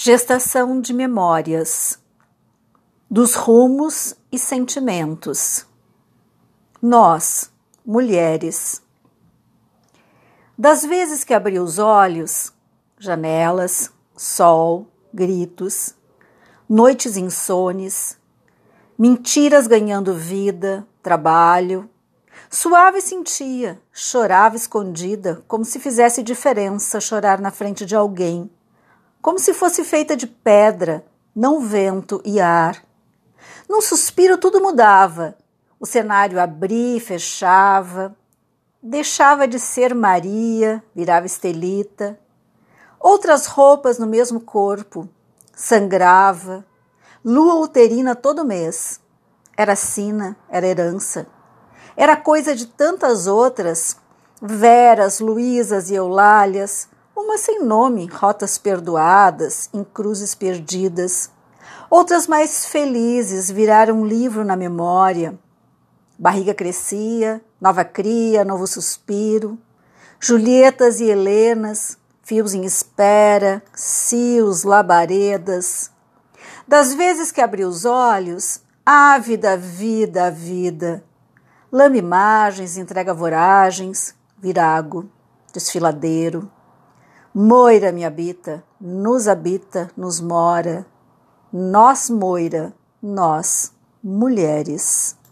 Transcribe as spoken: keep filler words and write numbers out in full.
Gestação de memórias, dos rumos e sentimentos. Nós, mulheres. Das vezes que abri os olhos, janelas, sol, gritos, noites insones, mentiras ganhando vida, trabalho. Suave sentia, chorava escondida, como se fizesse diferença chorar na frente de alguém. Como se fosse feita de pedra, não vento e ar. Num suspiro tudo mudava, o cenário abria e fechava, deixava de ser Maria, virava Estelita. Outras roupas no mesmo corpo, sangrava, lua uterina todo mês. Era sina, era herança. Era coisa de tantas outras, Veras, Luísas e Eulálias, umas sem nome, rotas perdoadas, em cruzes perdidas. Outras mais felizes viraram um livro na memória. Barriga crescia, nova cria, novo suspiro. Julietas e Helenas, fios em espera, cios, labaredas. Das vezes que abri os olhos, ávida vida, a vida. Lame imagens, entrega voragens, virago, desfiladeiro. Moira me habita, nos habita, nos mora. Nós, Moira, nós, mulheres.